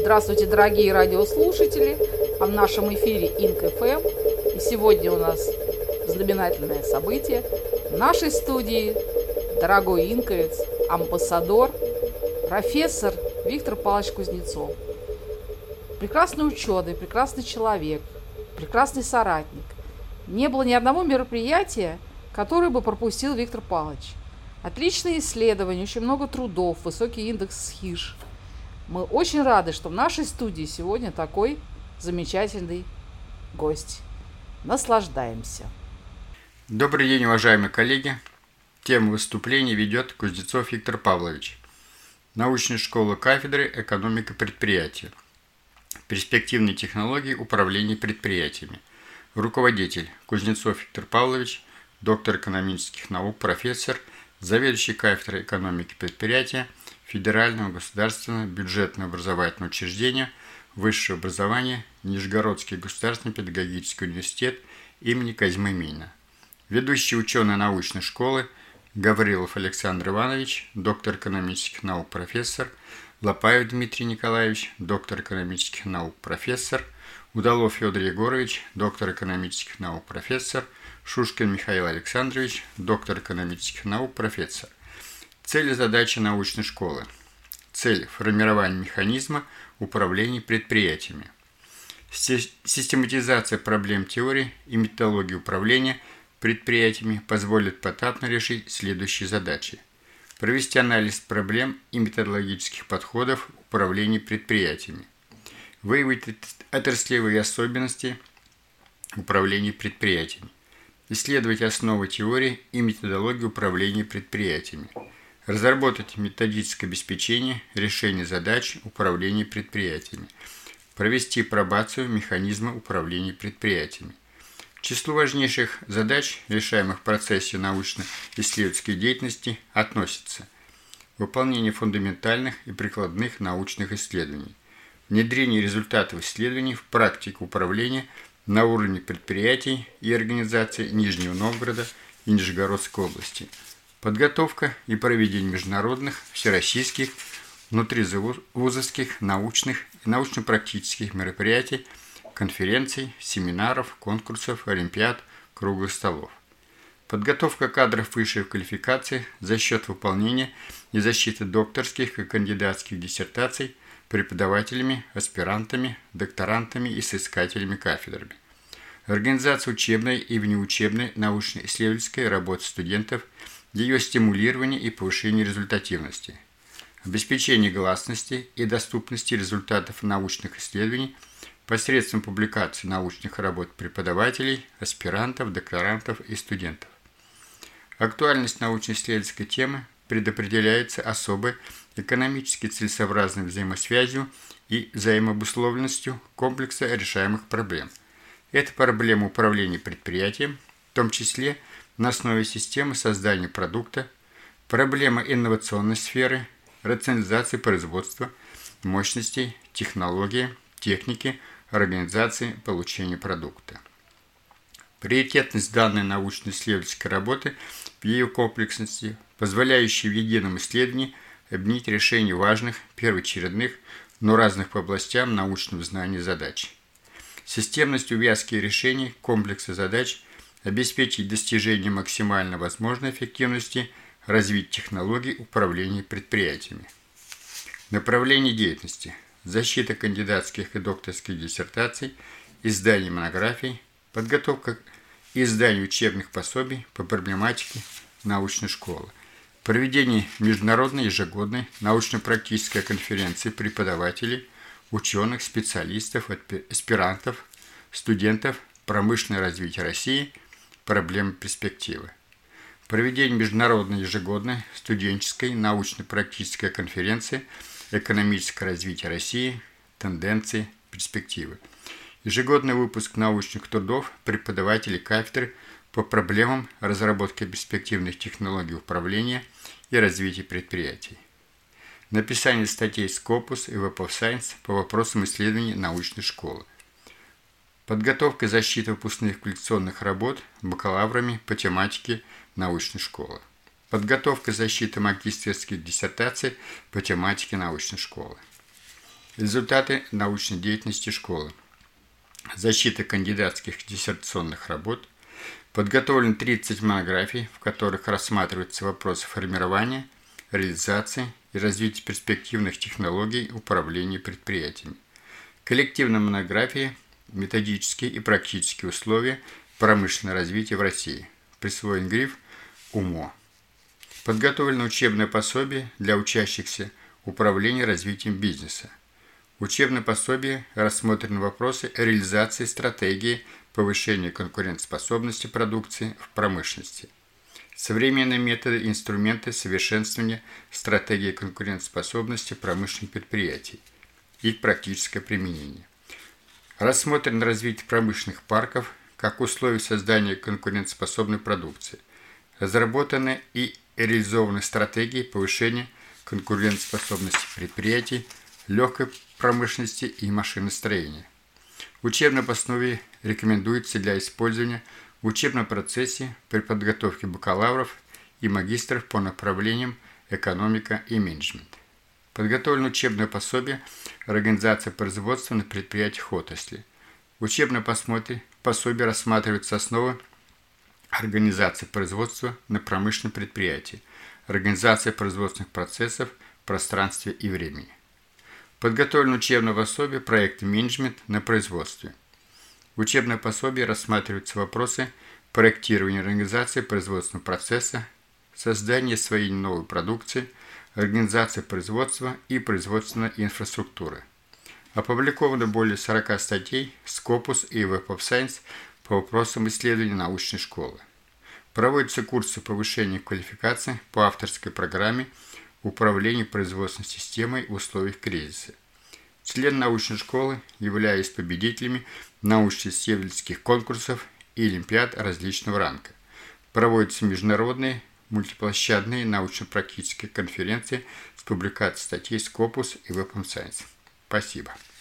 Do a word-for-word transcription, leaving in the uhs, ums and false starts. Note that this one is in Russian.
Здравствуйте, дорогие радиослушатели! В нашем эфире Инк-ФМ. И сегодня у нас знаменательное событие. В нашей студии дорогой инковец, амбассадор, профессор Виктор Павлович Кузнецов. Прекрасный ученый, прекрасный человек, прекрасный соратник. Не было ни одного мероприятия, которое бы пропустил Виктор Павлович. Отличные исследования, очень много трудов, высокий индекс СХИЖ. Мы очень рады, что в нашей студии сегодня такой замечательный гость. Наслаждаемся. Добрый день, уважаемые коллеги. Тему выступления ведет Кузнецов Виктор Павлович. Научная школа кафедры экономика предприятия. Перспективные технологии управления предприятиями. Руководитель Кузнецов Виктор Павлович, доктор экономических наук, профессор, заведующий кафедрой экономики предприятия Федерального государственного бюджетного образовательного учреждения высшего образования Нижегородский государственный педагогический университет имени Козьмы Минина. Ведущий ученый научной школы Гаврилов Александр Иванович, доктор экономических наук, профессор, Лопаев Дмитрий Николаевич, доктор экономических наук, профессор, Удалов Федор Егорович, доктор экономических наук, профессор, Шушкин Михаил Александрович, доктор экономических наук, профессор. Цели и задачи научной школы. Цель – формирование механизма управления предприятиями. Систематизация проблем теории и методологии управления предприятиями позволит поэтапно решить следующие задачи. Провести анализ проблем и методологических подходов управления предприятиями. Выявить отраслевые особенности управления предприятиями. Исследовать основы теории и методологии управления предприятиями. Разработать методическое обеспечение решения задач управления предприятиями. Провести пробацию механизма управления предприятиями. К числу важнейших задач, решаемых в процессе научно-исследовательской деятельности, относятся выполнение фундаментальных и прикладных научных исследований, внедрение результатов исследований в практику управления на уровне предприятий и организаций Нижнего Новгорода и Нижегородской области, подготовка и проведение международных, всероссийских, внутривузовских, научных и научно-практических мероприятий, конференций, семинаров, конкурсов, олимпиад, круглых столов. Подготовка кадров высшей квалификации за счет выполнения и защиты докторских и кандидатских диссертаций преподавателями, аспирантами, докторантами и соискателями кафедрами. Организация учебной и внеучебной научно-исследовательской работы студентов, ее стимулирование и повышение результативности. Обеспечение гласности и доступности результатов научных исследований посредством публикации научных работ преподавателей, аспирантов, докторантов и студентов. Актуальность научно-исследовательской темы предопределяется особой экономически целесообразной взаимосвязью и взаимообусловленностью комплекса решаемых проблем. Это проблема управления предприятием, в том числе на основе системы создания продукта, проблема инновационной сферы, рационализации производства, мощностей, технологии, техники, организации получения продукта. Приоритетность данной научно-исследовательской работы в ее комплексности, позволяющей в едином исследовании объединить решение важных, первоочередных, но разных по областям научного знания задач. Системность увязки решений комплекса задач обеспечить достижение максимально возможной эффективности развития технологий управления предприятиями. Направление деятельности. Защита кандидатских и докторских диссертаций, издание монографий, подготовка и издание учебных пособий по проблематике научной школы. Проведение международной ежегодной научно-практической конференции преподавателей, ученых, специалистов, аспирантов, студентов, промышленное развитие России, проблемы перспективы. Проведение международной ежегодной студенческой научно-практической конференции «Экономическое развитие России. Тенденции, перспективы». Ежегодный выпуск научных трудов преподавателей кафедры по проблемам разработки перспективных технологий управления и развития предприятий. Написание статей Scopus и Web of Science по вопросам исследований научной школы. Подготовка и защита выпускных квалификационных работ бакалаврами по тематике научной школы. Подготовка и защита магистерских диссертаций по тематике научной школы. Результаты научной деятельности школы. Защита кандидатских диссертационных работ. Подготовлено тридцать монографий, в которых рассматриваются вопросы формирования, реализации и развития перспективных технологий управления предприятиями. Коллективные монографии «Методические и практические условия промышленного развития в России». Присвоен гриф УМО. Подготовлено учебное пособие для учащихся управления развитием бизнеса. Учебное пособие рассмотрены вопросы реализации стратегии повышения конкурентоспособности продукции в промышленности. Современные методы и инструменты совершенствования стратегии конкурентоспособности промышленных предприятий. Их практическое применение. Рассмотрено развитие промышленных парков как условие создания конкурентоспособной продукции. Разработаны и реализованы стратегии повышения конкурентоспособности предприятий легкой промышленности и машиностроения. Учебное пособие рекомендуется для использования в учебном процессе при подготовке бакалавров и магистров по направлениям экономика и менеджмент. Подготовлено учебное пособие «Организация производства на предприятиях отрасли». В учебном пособии рассматриваются основы организации производства на промышленном предприятии, организация производственных процессов в пространстве и времени. Подготовлено учебное пособие «Проектный менеджмент на производстве». В учебном пособии рассматриваются вопросы проектирования организации производственного процесса, создания своей новой продукции, организации производства и производственной инфраструктуры. Опубликовано более сорока статей Scopus и Web of Science по вопросам исследования научной школы. Проводятся курсы повышения квалификации по авторской программе управления производственной системой в условиях кризиса. Члены научной школы являлись победителями научно-исследовательских конкурсов и олимпиад различного ранга. Проводятся международные мультиплощадные научно-практические конференции с публикацией статей Scopus и Web of Science. Спасибо.